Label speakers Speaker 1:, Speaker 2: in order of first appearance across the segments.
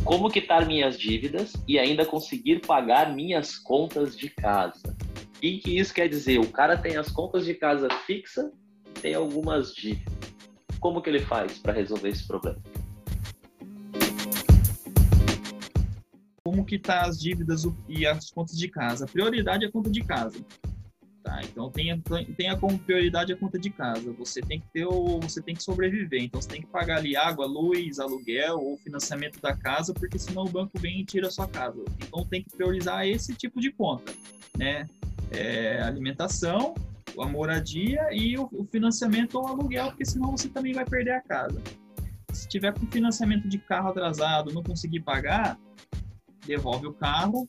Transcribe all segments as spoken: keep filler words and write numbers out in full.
Speaker 1: como quitar minhas dívidas e ainda conseguir pagar minhas contas de casa. O que, que isso quer dizer? O cara tem as contas de casa fixa e tem algumas dívidas. Como que ele faz para resolver esse problema?
Speaker 2: Como quitar as dívidas e as contas de casa? A prioridade é a conta de casa. Tá, então tenha, tenha como prioridade a conta de casa. Você tem que ter o, você tem que sobreviver. Então você tem que pagar ali água, luz, aluguel ou financiamento da casa, porque senão o banco vem e tira a sua casa. Então tem que priorizar esse tipo de conta, né? É, alimentação, a moradia e o, o financiamento ou aluguel, porque senão você também vai perder a casa. Se tiver com financiamento de carro atrasado, não conseguir pagar, devolve o carro.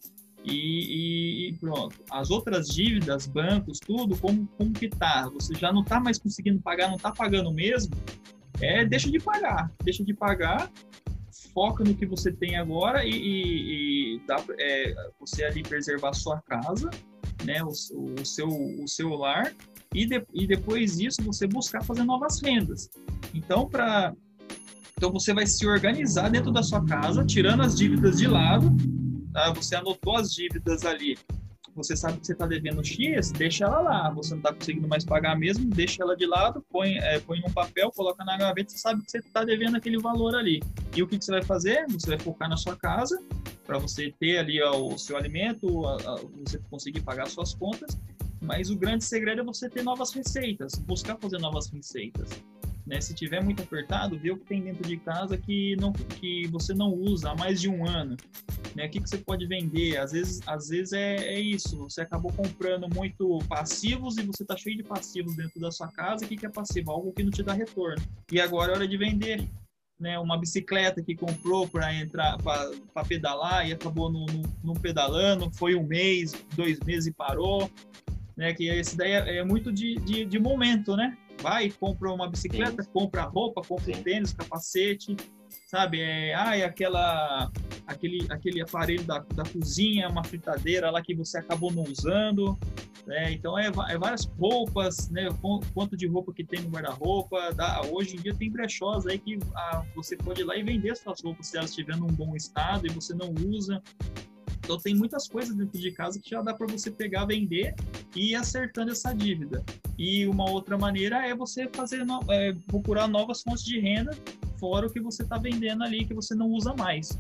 Speaker 2: E, e pronto. As outras dívidas, bancos, tudo, como, como que tá? Você já não tá mais conseguindo pagar, não tá pagando mesmo, é, deixa de pagar. Deixa de pagar, foca no que você tem agora e, e, e dá, é, você ali preservar a sua casa, né, o, o, seu, o seu lar, e, de, e depois disso você buscar fazer novas rendas. Então, para então você vai se organizar dentro da sua casa, tirando as dívidas de lado. Tá? Você anotou as dívidas ali, você sabe que você está devendo X, deixa ela lá. Você não está conseguindo mais pagar mesmo, deixa ela de lado, põe, é, põe num papel, coloca na gaveta, você sabe que você está devendo aquele valor ali. E o que, que você vai fazer? Você vai focar na sua casa, para você ter ali ó, o seu alimento, a, a, você conseguir pagar suas contas, mas o grande segredo é você ter novas receitas, buscar fazer novas receitas. Né? Se tiver muito apertado, vê o que tem dentro de casa que, não, que você não usa há mais de um ano. Né? O que, que você pode vender? Às vezes, às vezes é, é isso, você acabou comprando muito passivos e você está cheio de passivos dentro da sua casa. O que, que é passivo? Algo que não te dá retorno. E agora é hora de vender. Né? Uma bicicleta que comprou para entrar, para pedalar e acabou não, não, não pedalando, foi um mês, dois meses e parou. Né? Que esse daí é, é muito de, de, de momento, né? Vai, compra uma bicicleta, Sim. compra roupa, compra um tênis, capacete, sabe? É, ah, é aquela, aquele, aquele aparelho da, da cozinha, uma fritadeira lá que você acabou não usando. Né? Então, é, é várias roupas, né? Quanto de roupa que tem no guarda-roupa. Hoje em dia tem brechós aí que ah, você pode ir lá e vender suas roupas se elas estiverem num bom estado e você não usa. Então, tem muitas coisas dentro de casa que já dá para você pegar, vender e ir acertando essa dívida. E uma outra maneira é você fazer, é, procurar novas fontes de renda, fora o que você está vendendo ali, que você não usa mais.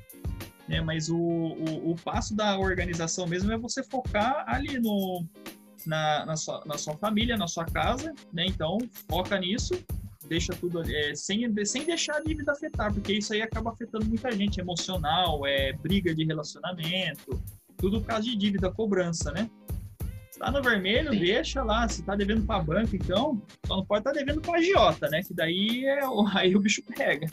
Speaker 2: Né? Mas o, o, o passo da organização mesmo é você focar ali no, na, na, sua, na sua família, na sua casa. Né? Então, foca nisso. Deixa tudo é, sem, sem deixar a dívida afetar, porque isso aí acaba afetando muita gente, emocional, é, briga de relacionamento, tudo por causa de dívida, cobrança, né? Se tá no vermelho, Sim. deixa lá. Se tá devendo para banco, então, só não pode estar tá devendo para agiota, né? Que daí é, aí o bicho pega.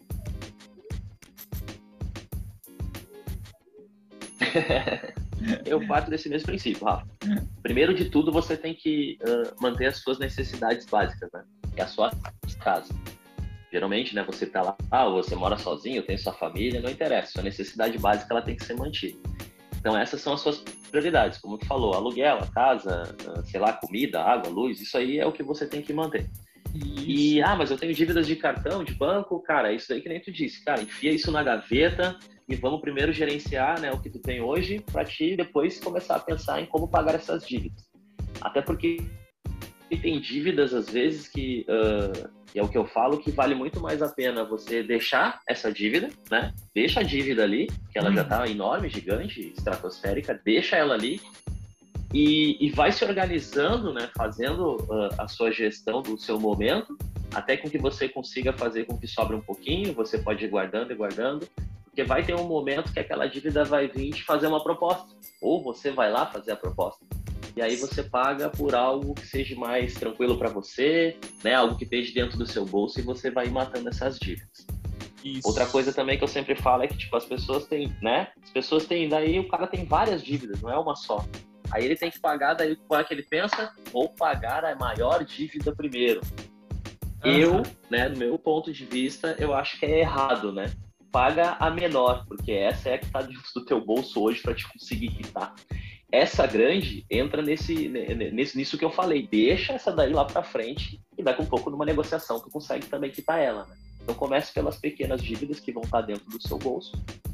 Speaker 1: Eu parto desse mesmo princípio, Rafa. Primeiro de tudo, você tem que uh, manter as suas necessidades básicas, né? Que é a sua casa. Geralmente, né, você tá lá, ah, você mora sozinho, tem sua família, não interessa. Sua necessidade básica, ela tem que ser mantida. Então, essas são as suas prioridades. Como tu falou, aluguel, a casa, sei lá, comida, água, luz, isso aí é o que você tem que manter. Isso. E, ah, mas eu tenho dívidas de cartão, de banco, cara, isso aí que nem tu disse. Cara, enfia isso na gaveta e vamos primeiro gerenciar, né, o que tu tem hoje para ti depois começar a pensar em como pagar essas dívidas. Até porque tem dívidas, às vezes, que, uh, é o que eu falo, que vale muito mais a pena você deixar essa dívida, né? Deixa a dívida ali, que ela hum. já tá enorme, gigante, estratosférica, deixa ela ali e, e vai se organizando, né? Fazendo uh, a sua gestão do seu momento, até com que você consiga fazer com que sobre um pouquinho, você pode ir guardando e guardando, porque vai ter um momento que aquela dívida vai vir te fazer uma proposta, ou você vai lá fazer a proposta. E aí você paga por algo que seja mais tranquilo para você, né? Algo que esteja dentro do seu bolso e você vai ir matando essas dívidas. Isso. Outra coisa também que eu sempre falo é que, tipo, as pessoas têm, né? As pessoas têm, daí o cara tem várias dívidas, não é uma só. Aí ele tem que pagar, daí qual é que ele pensa? Vou pagar a maior dívida primeiro. Uhum. Eu, né, do meu ponto de vista, eu acho que é errado, né? Paga a menor, porque essa é a que está dentro do teu bolso hoje para te conseguir quitar. Essa grande entra nesse, nesse, nisso que eu falei. Deixa essa daí lá pra frente e daqui a um pouco numa negociação tu consegue também quitar ela, né? Então comece pelas pequenas dívidas que vão estar dentro do seu bolso,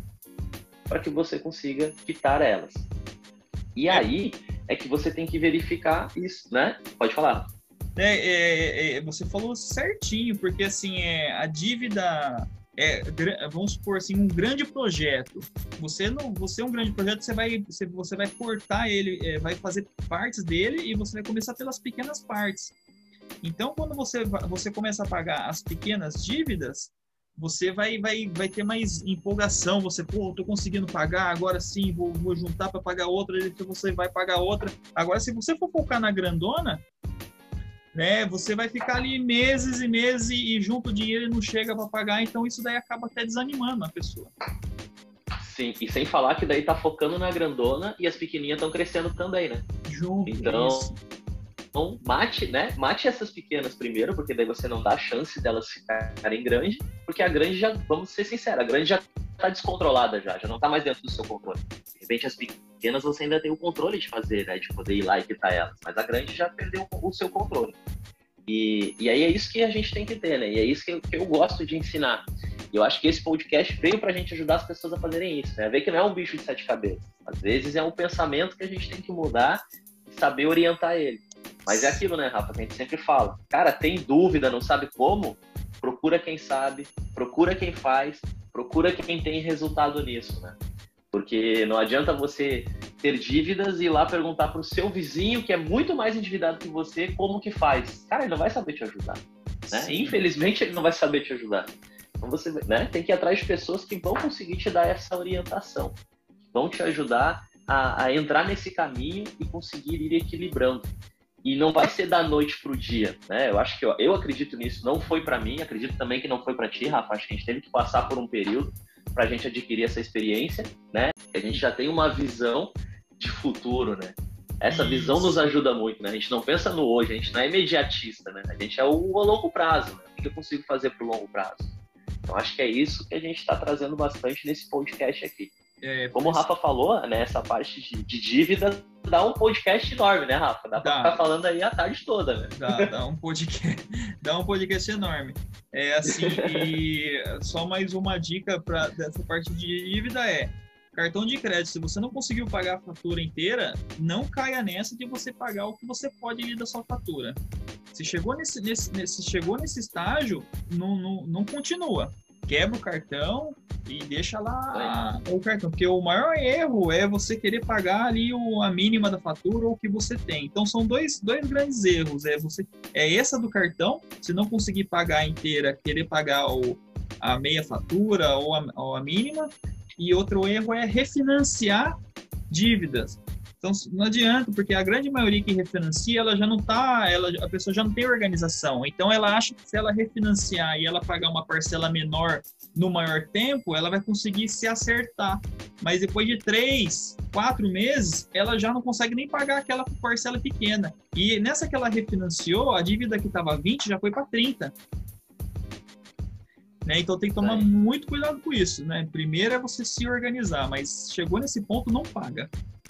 Speaker 1: para que você consiga quitar elas. E aí é que você tem que verificar isso, né? Pode falar.
Speaker 2: É, é, é, você falou certinho, porque assim, é, a dívida é, vamos supor assim, um grande projeto. Você não, você é um grande projeto, você vai, você, você vai cortar ele, é, vai fazer partes dele e você vai começar pelas pequenas partes. Então, quando você, você começa a pagar as pequenas dívidas, você vai, vai, vai ter mais empolgação. Você, pô, estou conseguindo pagar, agora sim, vou, vou juntar para pagar outra, você vai pagar outra. Agora, se você for focar na grandona, né, você vai ficar ali meses e meses e, e junto o dinheiro não chega para pagar, então isso daí acaba até desanimando a pessoa.
Speaker 1: Sim, e sem falar que daí tá focando na grandona e as pequenininhas estão crescendo também, né?
Speaker 2: Junto,
Speaker 1: então...
Speaker 2: isso.
Speaker 1: Então, mate, né? Mate essas pequenas primeiro, porque daí você não dá chance delas ficarem grandes, porque a grande já, vamos ser sinceros, a grande já está descontrolada já, já não está mais dentro do seu controle. De repente, as pequenas você ainda tem o controle de fazer, né? De poder ir lá e quitar elas, mas a grande já perdeu o seu controle. E, e aí é isso que a gente tem que ter, né? E é isso que eu, que eu gosto de ensinar. E eu acho que esse podcast veio para a gente ajudar as pessoas a fazerem isso, né? Ver que não é um bicho de sete cabeças. Às vezes é um pensamento que a gente tem que mudar e saber orientar ele. Mas é aquilo, né, Rafa, que a gente sempre fala. Cara, tem dúvida, não sabe como? Procura quem sabe, procura quem faz, procura quem tem resultado nisso, né? Porque não adianta você ter dívidas e ir lá perguntar para o seu vizinho, que é muito mais endividado que você, como que faz. Cara, ele não vai saber te ajudar, né? Infelizmente, ele não vai saber te ajudar. Então, você, né, tem que ir atrás de pessoas que vão conseguir te dar essa orientação, vão te ajudar a, a entrar nesse caminho e conseguir ir equilibrando. E não vai ser da noite pro dia, né? Eu acho que eu, eu acredito nisso, não foi para mim, acredito também que não foi para ti, Rafa. Acho que a gente teve que passar por um período para a gente adquirir essa experiência, né? A gente já tem uma visão de futuro, né? Essa visão nos ajuda muito, né? A gente não pensa no hoje, a gente não é imediatista, né? A gente é o, o longo prazo, né? O que eu consigo fazer pro longo prazo? Então acho que é isso que a gente está trazendo bastante nesse podcast aqui. É, Como o Rafa falou, né, essa parte de, de dívida dá um podcast enorme, né, Rafa? Dá, dá pra ficar falando aí a tarde toda, né?
Speaker 2: Dá, dá um podcast, dá um podcast enorme. É assim, e só mais uma dica para dessa parte de dívida é: cartão de crédito, se você não conseguiu pagar a fatura inteira, não caia nessa de você pagar o que você pode ali da sua fatura. Se chegou nesse, nesse, nesse, chegou nesse estágio, não, não, não continua. Quebra o cartão e deixa lá o cartão, porque o maior erro é você querer pagar ali o, a mínima da fatura ou o que você tem. Então são dois, dois grandes erros, é, você, é essa do cartão, se não conseguir pagar inteira, querer pagar o, a meia fatura ou a, ou a mínima, e outro erro é refinanciar dívidas. Então não adianta, porque a grande maioria que refinancia, ela já não tá, ela, a pessoa já não tem organização. Então ela acha que se ela refinanciar e ela pagar uma parcela menor no maior tempo, ela vai conseguir se acertar. Mas depois de três, quatro meses, ela já não consegue nem pagar aquela parcela pequena. E nessa que ela refinanciou, a dívida que estava vinte já foi para trinta. Né? Então tem que tomar Sim. muito cuidado com isso. Né? Primeiro é você se organizar, mas chegou nesse ponto, não paga.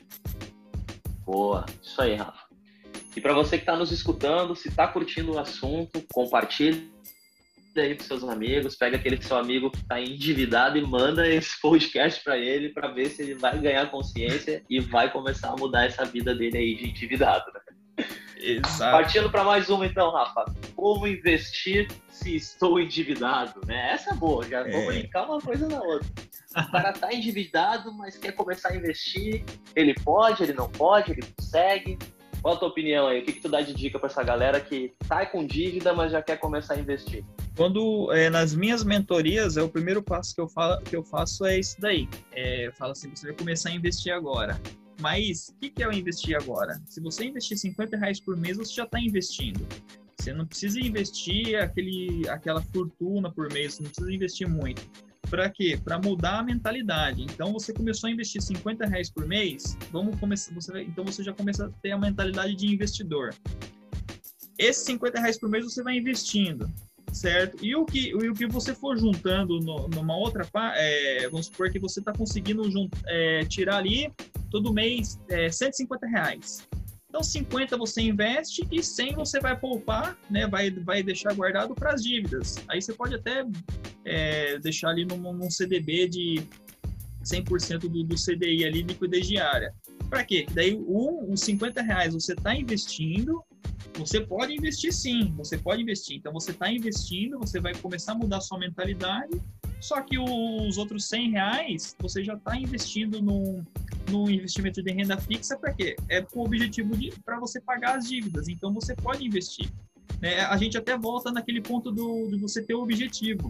Speaker 1: Boa, isso aí, Rafa. E para você que está nos escutando, se está curtindo o assunto, compartilha aí com seus amigos, pega aquele seu amigo que está endividado e manda esse podcast para ele, para ver se ele vai ganhar consciência e vai começar a mudar essa vida dele aí de endividado. Né?
Speaker 2: Exato.
Speaker 1: Partindo para mais uma então, Rafa. Como investir se estou endividado? Né? Essa é boa, já é. Vou brincar uma coisa na outra. O cara tá endividado, mas quer começar a investir. Ele pode, ele não pode, ele consegue. Qual a tua opinião aí? O que, que tu dá de dica para essa galera que tá com dívida, mas já quer começar a investir?
Speaker 2: Quando, é, nas minhas mentorias, é o primeiro passo que eu, falo, que eu faço é isso daí. É, eu falo assim, você vai começar a investir agora. Mas o que, que é o investir agora? Se você investir cinquenta reais por mês, você já está investindo. Você não precisa investir aquele, aquela fortuna por mês, você não precisa investir muito. Para quê? Para mudar a mentalidade. Então, você começou a investir cinquenta reais por mês, vamos começar, você, então você já começa a ter a mentalidade de investidor. Esses cinquenta reais por mês você vai investindo, certo? E o que, e o que você for juntando no, numa outra parte, é, vamos supor que você está conseguindo junt, é, tirar ali todo mês é, cento e cinquenta reais. Então, cinquenta você investe e cem você vai poupar, né? Vai, vai deixar guardado para as dívidas. Aí você pode até é, deixar ali num, num C D B de cem por cento do, do C D I ali, liquidez diária. Para quê? Que daí um, uns cinquenta reais você está investindo, você pode investir sim, você pode investir. Então, você está investindo, você vai começar a mudar a sua mentalidade, só que os outros cem reais você já está investindo num, num investimento de renda fixa. Para quê? É com o objetivo de para você pagar as dívidas. Então, você pode investir. Né? A gente até volta naquele ponto do, de você ter o objetivo.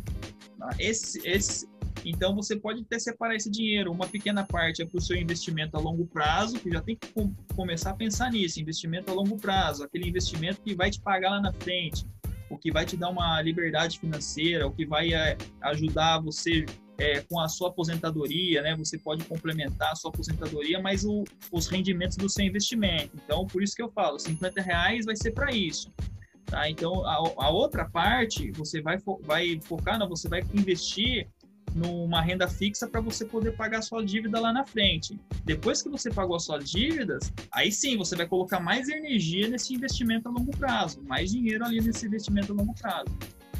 Speaker 2: Esse, esse, então, você pode até separar esse dinheiro. Uma pequena parte é para o seu investimento a longo prazo, que já tem que com, começar a pensar nisso. Investimento a longo prazo, aquele investimento que vai te pagar lá na frente, o que vai te dar uma liberdade financeira, o que vai é, ajudar você é, com a sua aposentadoria, né? Você pode complementar a sua aposentadoria, mas o, os rendimentos do seu investimento. Então, por isso que eu falo, cinquenta reais vai ser para isso. Tá? Então, a, a outra parte, você vai, fo vai focar, não, você vai investir numa renda fixa para você poder pagar a sua dívida lá na frente. Depois que você pagou as suas dívidas, aí sim, você vai colocar mais energia nesse investimento a longo prazo, mais dinheiro ali nesse investimento a longo prazo.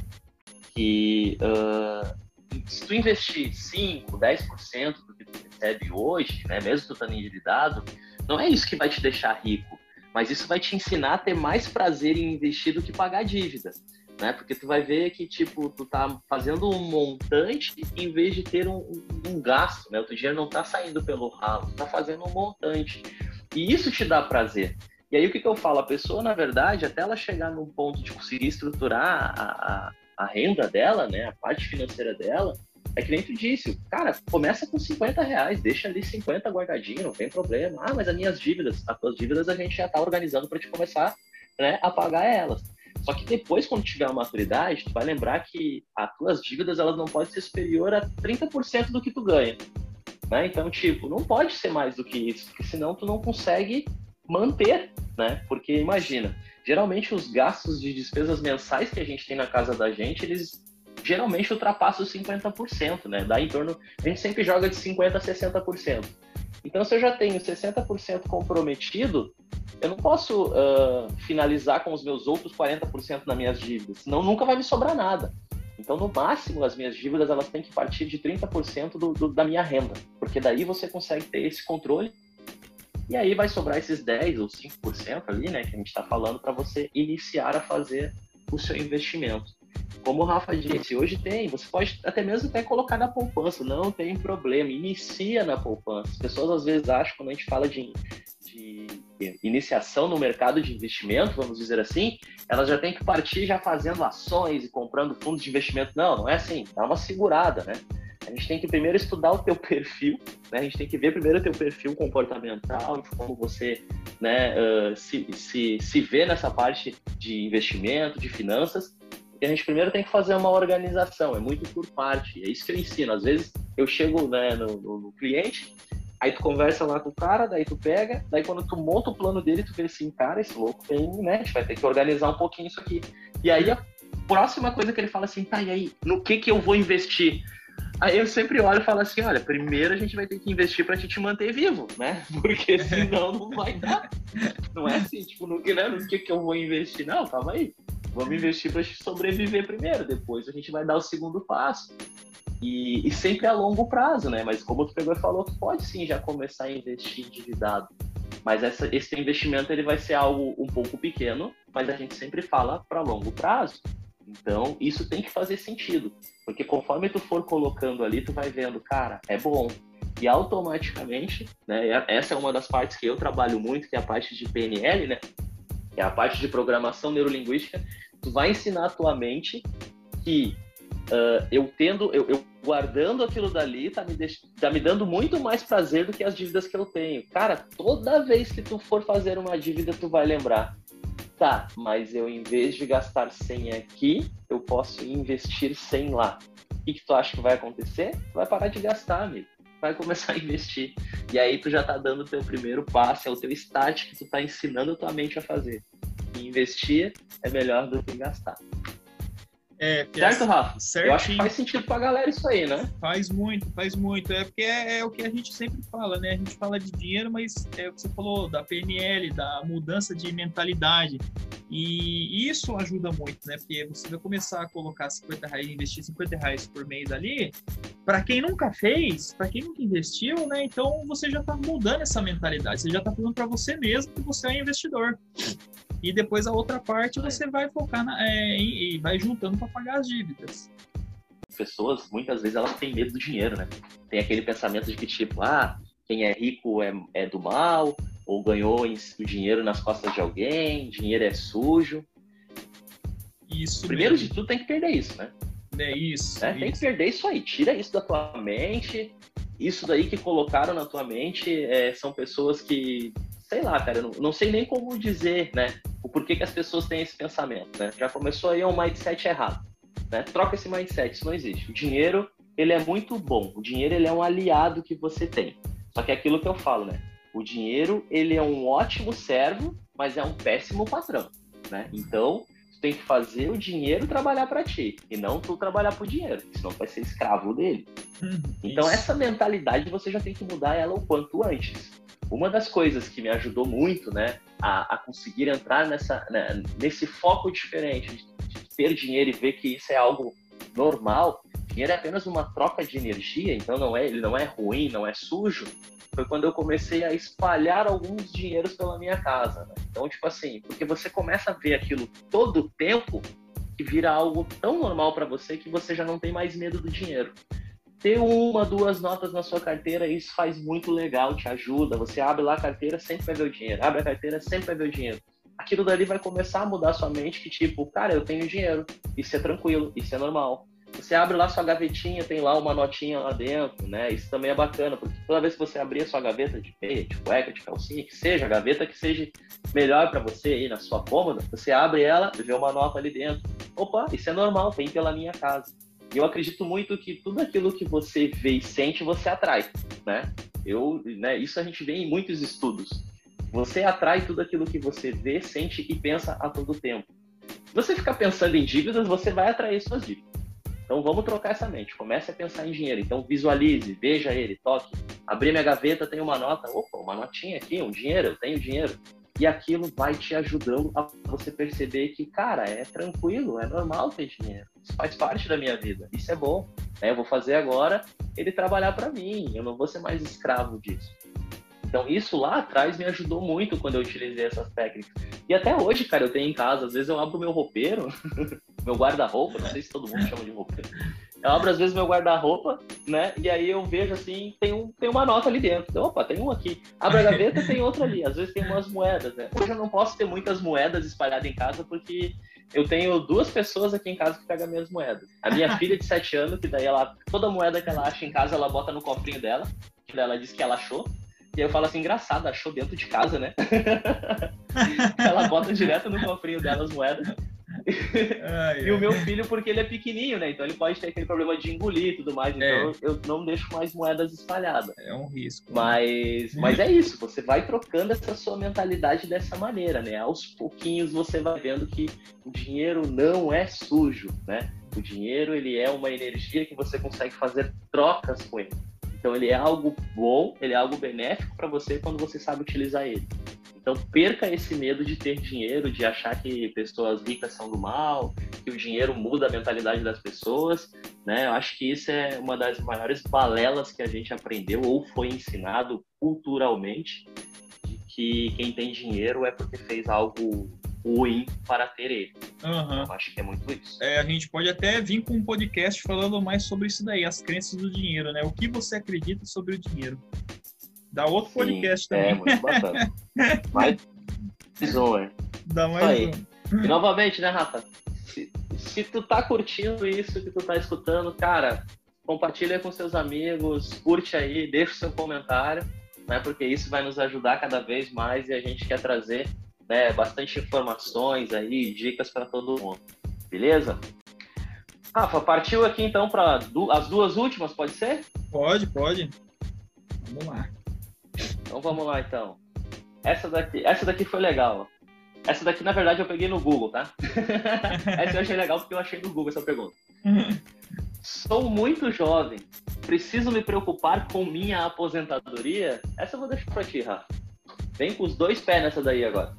Speaker 1: E uh, se tu investir cinco, dez por cento do que tu recebe hoje, né, mesmo tu estando endividado, não é isso que vai te deixar rico, mas isso vai te ensinar a ter mais prazer em investir do que pagar dívida. Né? Porque tu vai ver que, tipo, tu tá fazendo um montante em vez de ter um, um, um gasto, né? O teu dinheiro não tá saindo pelo ralo, tu tá fazendo um montante. E isso te dá prazer. E aí, o que que eu falo? A pessoa, na verdade, até ela chegar num ponto de conseguir estruturar a, a, a renda dela, né? A parte financeira dela, é que nem tu disse, cara, começa com cinquenta reais, deixa ali cinquenta guardadinho, não tem problema. Ah, mas as minhas dívidas, as tuas dívidas a gente já tá organizando para te começar, né, a pagar elas. Só que depois, quando tiver a maturidade, tu vai lembrar que as tuas dívidas elas não podem ser superior a trinta por cento do que tu ganha. Né? Então, tipo, não pode ser mais do que isso, porque senão tu não consegue manter, né? Porque imagina, geralmente os gastos de despesas mensais que a gente tem na casa da gente, eles geralmente ultrapassam os cinquenta por cento, né? Dá em torno, a gente sempre joga de cinquenta por cento a sessenta por cento. Então, se eu já tenho sessenta por cento comprometido, eu não posso uh, finalizar com os meus outros quarenta por cento nas minhas dívidas, senão nunca vai me sobrar nada. Então, no máximo, as minhas dívidas elas têm que partir de trinta por cento do, do, da minha renda, porque daí você consegue ter esse controle e aí vai sobrar esses dez por cento ou cinco por cento ali, né, que a gente está falando, para você iniciar a fazer o seu investimento. Como o Rafa disse, hoje tem, você pode até mesmo até colocar na poupança, não tem problema, inicia na poupança. As pessoas às vezes acham, quando a gente fala de, de iniciação no mercado de investimento, vamos dizer assim, elas já têm que partir já fazendo ações e comprando fundos de investimento. Não, não é assim, dá uma segurada, né? A gente tem que primeiro estudar o teu perfil, né? A gente tem que ver primeiro o teu perfil comportamental, de como você, né, uh, se, se, se vê nessa parte de investimento, de finanças. E a gente primeiro tem que fazer uma organização, é muito por parte, é isso que eu ensino. Às vezes eu chego, né, no, no, no cliente, aí tu conversa lá com o cara, daí tu pega, daí quando tu monta o plano dele, tu vê assim, cara, esse louco tem, né, a gente vai ter que organizar um pouquinho isso aqui. E aí a próxima coisa que ele fala assim, tá, e aí, no que que eu vou investir? Aí eu sempre olho e falo assim, olha, primeiro a gente vai ter que investir pra te manter vivo, né? Porque senão não vai dar. Não é assim, tipo, no que, né, no que que eu vou investir? Não, calma aí. Vamos investir para sobreviver primeiro, depois a gente vai dar o segundo passo. E, e sempre a longo prazo, né? Mas como o pegou e falou, tu pode sim já começar a investir endividado. Mas essa, esse investimento ele vai ser algo um pouco pequeno, mas a gente sempre fala para longo prazo. Então, isso tem que fazer sentido. Porque conforme tu for colocando ali, tu vai vendo, cara, é bom. E automaticamente, né? Essa é uma das partes que eu trabalho muito, que é a parte de P N L, né? Que é a parte de programação neurolinguística. Tu vai ensinar a tua mente que uh, eu tendo, eu, eu guardando aquilo dali, tá me, deix... tá me dando muito mais prazer do que as dívidas que eu tenho. Cara, toda vez que tu for fazer uma dívida, tu vai lembrar. Tá, mas eu, em vez de gastar cem aqui, eu posso investir cem lá. O que, que tu acha que vai acontecer? Tu vai parar de gastar, amigo. Vai começar a investir. E aí tu já tá dando o teu primeiro passo, é o teu start que tu tá ensinando a tua mente a fazer. E investir é melhor do que gastar.
Speaker 2: É,
Speaker 1: certo,
Speaker 2: é,
Speaker 1: Rafa?
Speaker 2: certinho.
Speaker 1: Eu acho que faz sentido pra galera isso aí, né?
Speaker 2: Faz muito, faz muito. É porque é, é o que a gente sempre fala, né? A gente fala de dinheiro, mas é o que você falou da P N L, da mudança de mentalidade. E isso ajuda muito, né? Porque você vai começar a colocar cinquenta reais, investir cinquenta reais por mês ali. Para quem nunca fez, para quem nunca investiu, né? Então você já está mudando essa mentalidade. Você já está falando para você mesmo que você é um investidor. E depois a outra parte você vai focar na, é, e, e vai juntando para pagar as dívidas.
Speaker 1: Pessoas, muitas vezes, elas têm medo do dinheiro, né? Tem aquele pensamento de que, tipo, ah, quem é rico é, é do mal, ou ganhou o dinheiro nas costas de alguém, dinheiro é sujo.
Speaker 2: Isso
Speaker 1: Primeiro
Speaker 2: mesmo.
Speaker 1: de tudo, tem que perder isso, né?
Speaker 2: É isso,
Speaker 1: né?
Speaker 2: isso.
Speaker 1: Tem que perder isso aí. Tira isso da tua mente. Isso daí que colocaram na tua mente é, são pessoas que, sei lá, cara, eu não, não sei nem como dizer, né? O porquê que as pessoas têm esse pensamento, né? Já começou aí um mindset errado. Né? Troca esse mindset, isso não existe. O dinheiro, ele é muito bom. O dinheiro, ele é um aliado que você tem. Só que é aquilo que eu falo, né? O dinheiro, ele é um ótimo servo, mas é um péssimo patrão, né? Então, tu tem que fazer o dinheiro trabalhar para ti e não tu trabalhar pro dinheiro, senão tu vai ser escravo dele. Hum, então, isso. Essa mentalidade você já tem que mudar ela o quanto antes. Uma das coisas que me ajudou muito, né, a, a conseguir entrar nessa, né, nesse foco diferente de, de ter dinheiro e ver que isso é algo normal, dinheiro é apenas uma troca de energia, então não é, ele não é ruim, não é sujo, foi quando eu comecei a espalhar alguns dinheiros pela minha casa. Né? Então, tipo assim, porque você começa a ver aquilo todo o tempo que vira algo tão normal para você que você já não tem mais medo do dinheiro. Ter uma, duas notas na sua carteira, isso faz muito legal, te ajuda. Você abre lá a carteira, sempre vai ver o dinheiro. Abre a carteira, sempre vai ver o dinheiro. Aquilo dali vai começar a mudar a sua mente, que tipo, cara, eu tenho dinheiro. Isso é tranquilo, isso é normal. Você abre lá sua gavetinha, tem lá uma notinha lá dentro, né? Isso também é bacana, porque toda vez que você abrir a sua gaveta de meia, de cueca, de calcinha, que seja, a gaveta que seja melhor para você aí na sua cômoda, você abre ela e vê uma nota ali dentro. Opa, isso é normal, vem pela minha casa. E eu acredito muito que tudo aquilo que você vê e sente, você atrai, né? Eu, né? Isso a gente vê em muitos estudos. Você atrai tudo aquilo que você vê, sente e pensa a todo tempo. Se você ficar pensando em dívidas, você vai atrair suas dívidas. Então vamos trocar essa mente. Comece a pensar em dinheiro. Então visualize, veja ele, toque. Abri minha gaveta, tem uma nota. Opa, uma notinha aqui, um dinheiro, eu tenho dinheiro. E aquilo vai te ajudando a você perceber que, cara, é tranquilo, é normal ter dinheiro. Isso faz parte da minha vida. Isso é bom. Né? Eu vou fazer agora ele trabalhar para mim. Eu não vou ser mais escravo disso. Então, isso lá atrás me ajudou muito quando eu utilizei essas técnicas. E até hoje, cara, eu tenho em casa. Às vezes eu abro meu roupeiro, meu guarda-roupa, não sei se todo mundo chama de roupeiro. Eu abro às vezes meu guarda-roupa, né? E aí eu vejo assim, tem, um, tem uma nota ali dentro. Então, opa, tem um aqui. Abro a gaveta, tem outra ali. Às vezes tem umas moedas, né? Hoje eu não posso ter muitas moedas espalhadas em casa porque eu tenho duas pessoas aqui em casa que pegam minhas moedas. A minha filha de sete anos, que daí ela, toda moeda que ela acha em casa, ela bota no cofrinho dela. Que daí ela diz que ela achou. E aí eu falo assim, engraçado, achou dentro de casa, né? Ela bota direto no cofrinho dela as moedas. Ai, e ai. O meu filho, porque ele é pequenininho, né? Então ele pode ter aquele problema de engolir e tudo mais. Então é. eu não deixo mais moedas espalhadas.
Speaker 2: É um risco.
Speaker 1: Mas, mas é isso, você vai trocando essa sua mentalidade dessa maneira, né? Aos pouquinhos você vai vendo que o dinheiro não é sujo, né? O dinheiro, ele é uma energia que você consegue fazer trocas com ele. Então ele é algo bom, ele é algo benéfico para você quando você sabe utilizar ele. Então perca esse medo de ter dinheiro, de achar que pessoas ricas são do mal, que o dinheiro muda a mentalidade das pessoas, né? Eu acho que isso é uma das maiores balelas que a gente aprendeu ou foi ensinado culturalmente, de que quem tem dinheiro é porque fez algo ruim para ter ele. Uhum. Eu acho que é muito isso.
Speaker 2: É, a gente pode até vir com um podcast falando mais sobre isso daí, as crenças do dinheiro, né? O que você acredita sobre o dinheiro. Dá outro Sim, podcast também.
Speaker 1: É, muito bacana. Mais um, é.
Speaker 2: Dá mais
Speaker 1: aí.
Speaker 2: um.
Speaker 1: E novamente, né, Rafa? Se, se tu tá curtindo isso que tu tá escutando, cara, compartilha com seus amigos, curte aí, deixa o seu comentário, né? Porque isso vai nos ajudar cada vez mais e a gente quer trazer, né, bastante informações aí, dicas para todo mundo. Beleza? Rafa, partiu aqui então para du- as duas últimas, pode ser?
Speaker 2: Pode, pode. Vamos lá.
Speaker 1: Então vamos lá então. Essa daqui, essa daqui foi legal. Essa daqui, na verdade, eu peguei no Google, tá? Essa eu achei legal porque eu achei no Google essa pergunta. Sou muito jovem. Preciso me preocupar com minha aposentadoria? Essa eu vou deixar pra ti, Rafa. Vem com os dois pés nessa daí agora.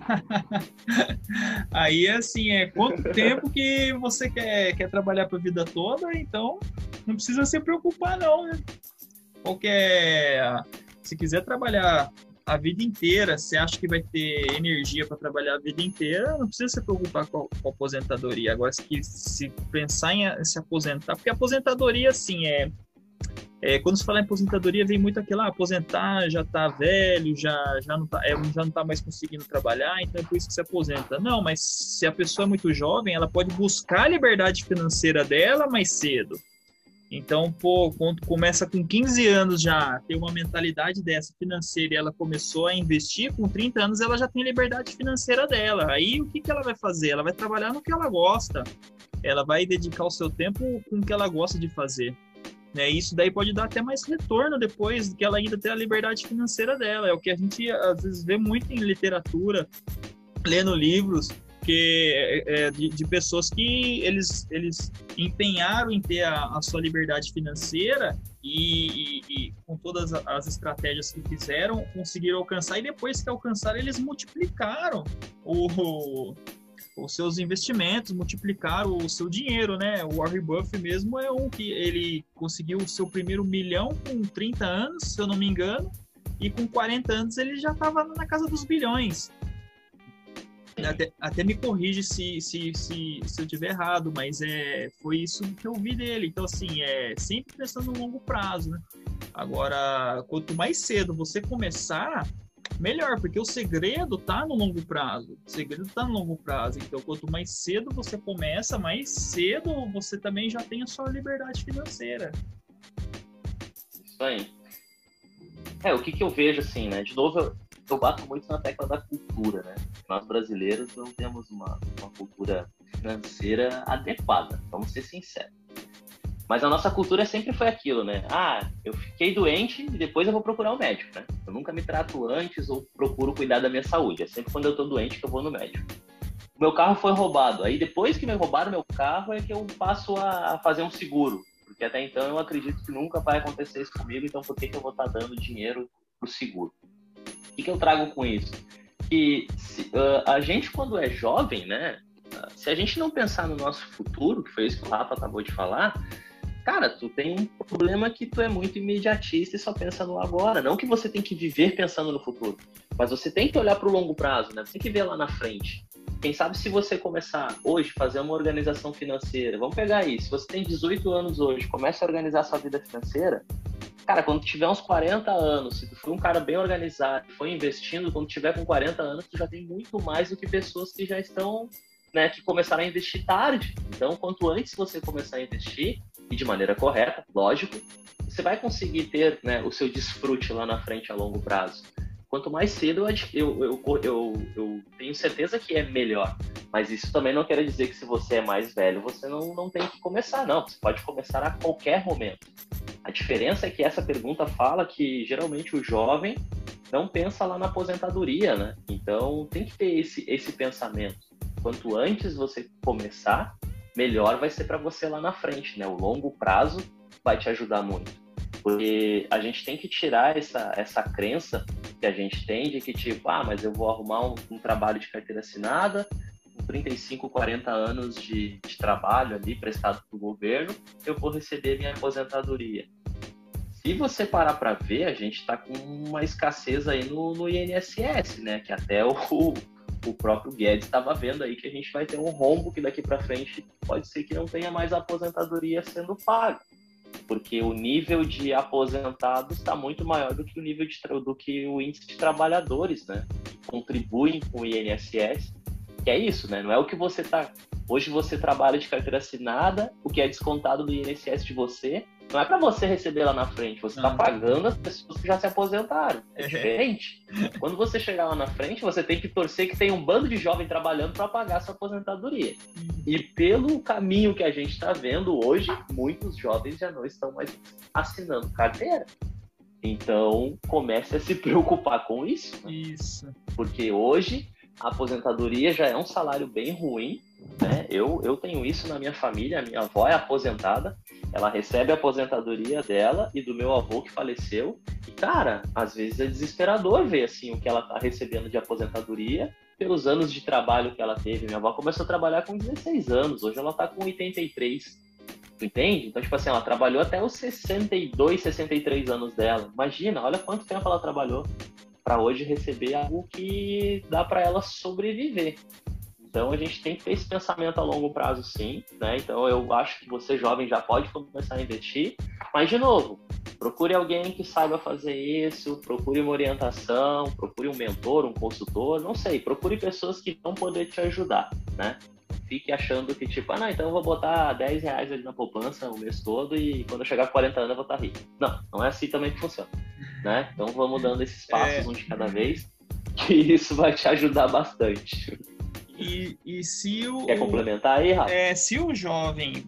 Speaker 2: Aí, assim, é quanto tempo que você quer, quer trabalhar para a vida toda, então não precisa se preocupar, não, né? Qualquer... Se quiser trabalhar a vida inteira, você acha que vai ter energia para trabalhar a vida inteira, não precisa se preocupar com a, com a aposentadoria. Agora, se, se pensar em se aposentar, porque a aposentadoria, assim, é... É, quando se fala em aposentadoria, vem muito aquilo, ah, aposentar, já tá velho, já, já, não tá, é, já não tá mais conseguindo trabalhar, então é por isso que se aposenta. Não, mas se a pessoa é muito jovem, ela pode buscar a liberdade financeira dela mais cedo. Então, pô, quando começa com quinze anos já ter uma mentalidade dessa financeira e ela começou a investir, com trinta anos ela já tem liberdade financeira dela. Aí o que, que ela vai fazer? Ela vai trabalhar no que ela gosta. Ela vai dedicar o seu tempo com o que ela gosta de fazer. Né, isso daí pode dar até mais retorno depois que ela ainda tem a liberdade financeira dela. É o que a gente às vezes vê muito em literatura, lendo livros que, é, de, de pessoas que eles, eles empenharam em ter a, a sua liberdade financeira e, e, e com todas as estratégias que fizeram, conseguiram alcançar, e depois que alcançaram, eles multiplicaram o... os seus investimentos, multiplicar o seu dinheiro, né? O Warren Buffett mesmo é um que ele conseguiu o seu primeiro milhão com trinta anos, se eu não me engano, e com quarenta anos ele já estava na casa dos bilhões. Até, até me corrige se, se, se, se eu estiver errado, mas é, foi isso que eu vi dele. Então, assim, é sempre pensando no longo prazo, né? Agora, quanto mais cedo você começar, melhor, porque o segredo tá no longo prazo. O segredo tá no longo prazo. Então, quanto mais cedo você começa, mais cedo você também já tem a sua liberdade financeira.
Speaker 1: Isso aí. É, o que que eu vejo, assim, né? De novo, eu, eu bato muito na tecla da cultura, né? Nós brasileiros não temos uma, uma cultura financeira adequada, vamos ser sinceros. Mas a nossa cultura sempre foi aquilo, né? Ah, eu fiquei doente e depois eu vou procurar um médico, né? Eu nunca me trato antes ou procuro cuidar da minha saúde. É sempre quando eu tô doente que eu vou no médico. O meu carro foi roubado. Aí depois que me roubaram meu carro é que eu passo a fazer um seguro. Porque até então eu acredito que nunca vai acontecer isso comigo, então por que que eu vou estar dando dinheiro pro seguro? O que que eu trago com isso? Que se, uh, a gente, quando é jovem, né? Se a gente não pensar no nosso futuro, que foi isso que o Rafa acabou de falar, cara, tu tem um problema que tu é muito imediatista e só pensa no agora. Não que você tem que viver pensando no futuro, mas você tem que olhar para o longo prazo, né? Você tem que ver lá na frente. Quem sabe se você começar hoje a fazer uma organização financeira, vamos pegar aí, se você tem dezoito anos hoje, começa a organizar sua vida financeira, cara, quando tiver uns quarenta anos, se tu for um cara bem organizado, foi investindo, quando tiver com quarenta anos, tu já tem muito mais do que pessoas que já estão, né, que começaram a investir tarde. Então, quanto antes você começar a investir, e de maneira correta, lógico, você vai conseguir ter, né, o seu desfrute lá na frente a longo prazo. Quanto mais cedo, eu, eu, eu, eu, eu tenho certeza que é melhor. Mas isso também não quer dizer que se você é mais velho, você não, não tem que começar, não. Você pode começar a qualquer momento. A diferença é que essa pergunta fala que, geralmente, o jovem não pensa lá na aposentadoria, né? Então, tem que ter esse, esse pensamento. Quanto antes você começar, melhor vai ser para você lá na frente, né? O longo prazo vai te ajudar muito. Porque a gente tem que tirar essa, essa crença que a gente tem de que, tipo, ah, mas eu vou arrumar um, um trabalho de carteira assinada, com trinta e cinco, quarenta anos de, de trabalho ali prestado para o governo, eu vou receber minha aposentadoria. Se você parar para ver, a gente está com uma escassez aí no, no I N S S, né? Que até o, o próprio Guedes estava vendo aí que a gente vai ter um rombo que daqui para frente pode ser que não tenha mais aposentadoria sendo paga. Porque o nível de aposentados está muito maior do que o nível de do que o índice de trabalhadores, né? Que contribuem com o I N S S, que é isso, né? Não é o que você tá. Hoje você trabalha de carteira assinada, o que é descontado do I N S S de você, não é para você receber lá na frente, você está pagando as pessoas que já se aposentaram. É diferente. Quando você chegar lá na frente, você tem que torcer que tem um bando de jovens trabalhando para pagar a sua aposentadoria. E pelo caminho que a gente está vendo hoje, muitos jovens já não estão mais assinando carteira. Então, comece a se preocupar com isso. Né?
Speaker 2: Isso.
Speaker 1: Porque hoje, a aposentadoria já é um salário bem ruim, né? Eu, eu tenho isso na minha família, a minha avó é aposentada, ela recebe a aposentadoria dela e do meu avô que faleceu. E, cara, às vezes é desesperador ver, assim, o que ela tá recebendo de aposentadoria pelos anos de trabalho que ela teve. Minha avó começou a trabalhar com dezesseis anos, hoje ela tá com oitenta e três. Tu entende? Então, tipo assim, ela trabalhou até os sessenta e dois, sessenta e três anos dela. Imagina, olha quanto tempo ela trabalhou para hoje receber algo que dá para ela sobreviver. Então, a gente tem que ter esse pensamento a longo prazo, sim, né? Então, eu acho que você, jovem, já pode começar a investir. Mas, de novo, procure alguém que saiba fazer isso, procure uma orientação, procure um mentor, um consultor, não sei. Procure pessoas que vão poder te ajudar, né? Fique achando que, tipo, ah, não, então eu vou botar dez reais ali na poupança o mês todo e quando eu chegar a quarenta anos eu vou estar rico. Não, não é assim também que funciona, né? Então vamos dando esses passos é... um de cada vez, que isso vai te ajudar bastante.
Speaker 2: E, e se o...
Speaker 1: Quer complementar aí, Rafa?
Speaker 2: É, se o jovem,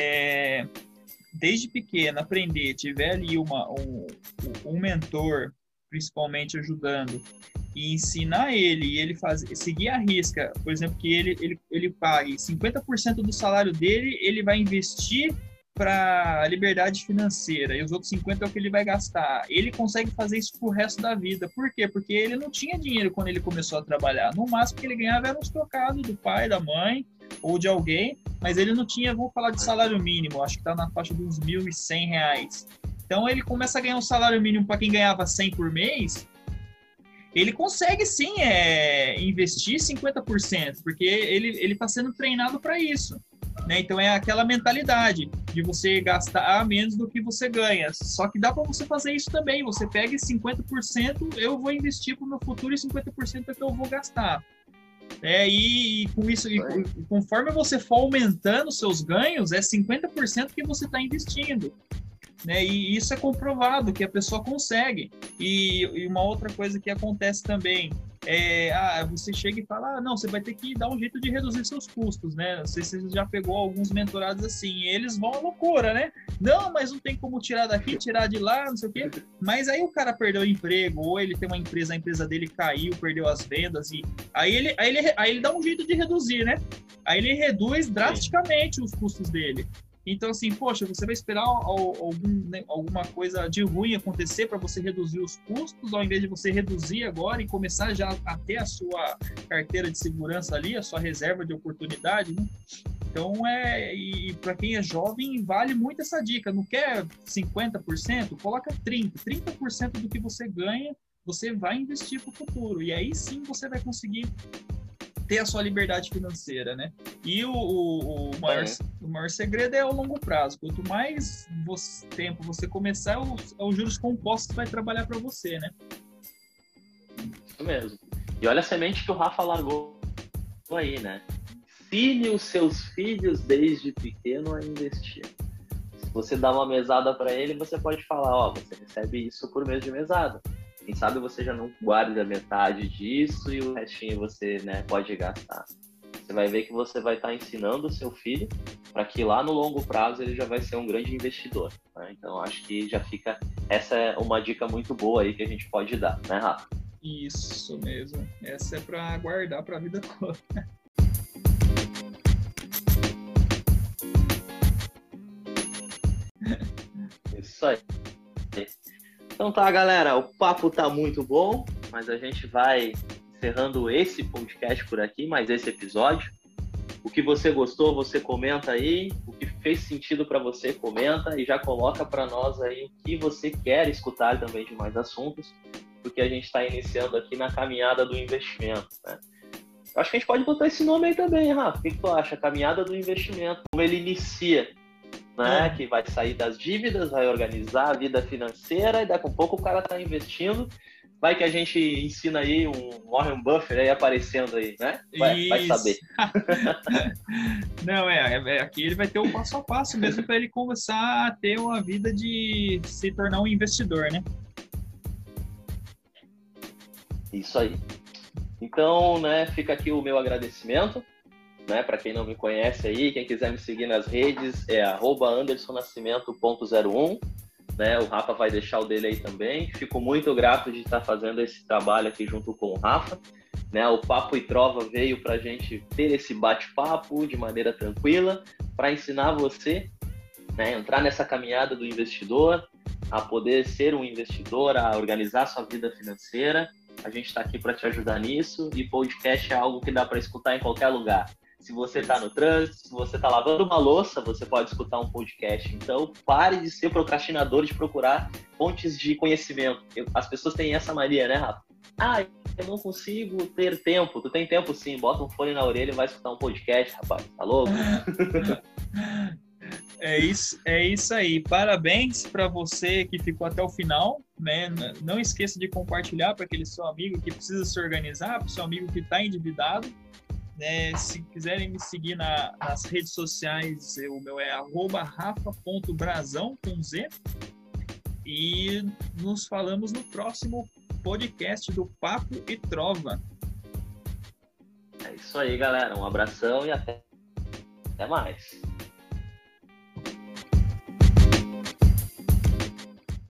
Speaker 2: é, desde pequeno, aprender, tiver ali uma, um, um mentor, principalmente ajudando, e ensinar ele, e ele fazer, seguir a risca, por exemplo, que ele, ele, ele pague cinquenta por cento do salário dele, ele vai investir para a liberdade financeira, e os outros cinquenta por cento é o que ele vai gastar. Ele consegue fazer isso pro resto da vida. Por quê? Porque ele não tinha dinheiro quando ele começou a trabalhar. No máximo que ele ganhava era uns trocados do pai, da mãe, ou de alguém, mas ele não tinha, vamos falar de salário mínimo, acho que está na faixa de uns mil e cem reais. Então ele começa a ganhar um salário mínimo para quem ganhava cem por mês, ele consegue sim é, investir cinquenta por cento, porque ele ele está sendo treinado para isso, né? Então é aquela mentalidade de você gastar menos do que você ganha. Só que dá para você fazer isso também. Você pega cinquenta por cento, eu vou investir para o meu futuro e cinquenta por cento é que eu vou gastar. É, e, e com isso, e, e conforme você for aumentando seus ganhos, é cinquenta por cento que você está investindo. Né? E isso é comprovado que a pessoa consegue. E, e uma outra coisa que acontece também é, ah, você chega e fala, ah, não, você vai ter que dar um jeito de reduzir seus custos, né? Não sei se você já pegou alguns mentorados assim, e eles vão à loucura, né? Não, mas não tem como tirar daqui, tirar de lá, não sei o quê. Mas aí o cara perdeu o emprego, ou ele tem uma empresa, a empresa dele caiu, perdeu as vendas, e aí ele, aí ele, aí ele dá um jeito de reduzir, né? Aí ele reduz drasticamente os custos dele. Então, assim, poxa, você vai esperar algum, né, alguma coisa de ruim acontecer para você reduzir os custos, ao invés de você reduzir agora e começar já a ter a sua carteira de segurança ali, a sua reserva de oportunidade, né? Então, é, e para quem é jovem, vale muito essa dica. Não quer cinquenta por cento? Coloca trinta por cento. trinta por cento do que você ganha, você vai investir para o futuro. E aí sim você vai conseguir ter a sua liberdade financeira, né? E o, o, o, maior, é. o maior segredo é o longo prazo. Quanto mais você, tempo você começar, os, os juros compostos vai trabalhar para você, né?
Speaker 1: Isso mesmo. E olha a semente que o Rafa largou aí, né? Ensine os seus filhos desde pequeno a investir. Se você dá uma mesada para ele, você pode falar, ó, você recebe isso por mês de mesada. Quem sabe você já não guarda metade disso e o restinho você, né, pode gastar. Você vai ver que você vai estar ensinando o seu filho para que lá no longo prazo ele já vai ser um grande investidor, né? Então acho que já fica, essa é uma dica muito boa aí que a gente pode dar, né, Rafa?
Speaker 2: Isso mesmo, essa é para guardar para a vida toda.
Speaker 1: Isso aí. Então tá, galera, o papo tá muito bom, mas a gente vai encerrando esse podcast por aqui, mais esse episódio. O que você gostou, você comenta aí. O que fez sentido para você, comenta e já coloca para nós aí o que você quer escutar também de mais assuntos, porque a gente está iniciando aqui na caminhada do investimento, né? Eu acho que a gente pode botar esse nome aí também, Rafa. O que, que tu acha? Caminhada do investimento. Como ele inicia, né? É. Que vai sair das dívidas, vai organizar a vida financeira e daqui a pouco o cara tá investindo. Vai que a gente ensina aí um Warren Buffett aí aparecendo aí, né? Vai, vai saber.
Speaker 2: Não, é, é, aqui ele vai ter o passo a passo mesmo para ele começar a ter uma vida de se tornar um investidor, né?
Speaker 1: Isso aí. Então, né, fica aqui o meu agradecimento. Né, para quem não me conhece aí, quem quiser me seguir nas redes é arroba anderson nascimento ponto zero um. né? O Rafa vai deixar o dele aí também. Fico muito grato de estar fazendo esse trabalho aqui junto com o Rafa, né? O Papo e Trova veio para a gente ter esse bate-papo de maneira tranquila, para ensinar você, né, entrar nessa caminhada do investidor, a poder ser um investidor, a organizar sua vida financeira. A gente está aqui para te ajudar nisso, e podcast é algo que dá para escutar em qualquer lugar. Se você está no trânsito, se você está lavando uma louça, você pode escutar um podcast. Então, pare de ser procrastinador, de procurar fontes de conhecimento. As pessoas têm essa mania, né, Rafa? Ah, eu não consigo ter tempo. Tu tem tempo sim, bota um fone na orelha e vai escutar um podcast, rapaz. Tá louco?
Speaker 2: É isso, é isso aí. Parabéns para você que ficou até o final, né? Não esqueça de compartilhar para aquele seu amigo que precisa se organizar, para o seu amigo que está endividado. Né? Se quiserem me seguir na, nas redes sociais, o meu é arroba rafa ponto brazão com Z. E nos falamos no próximo podcast do Papo e Trova.
Speaker 1: É isso aí, galera. Um abração e até, até mais.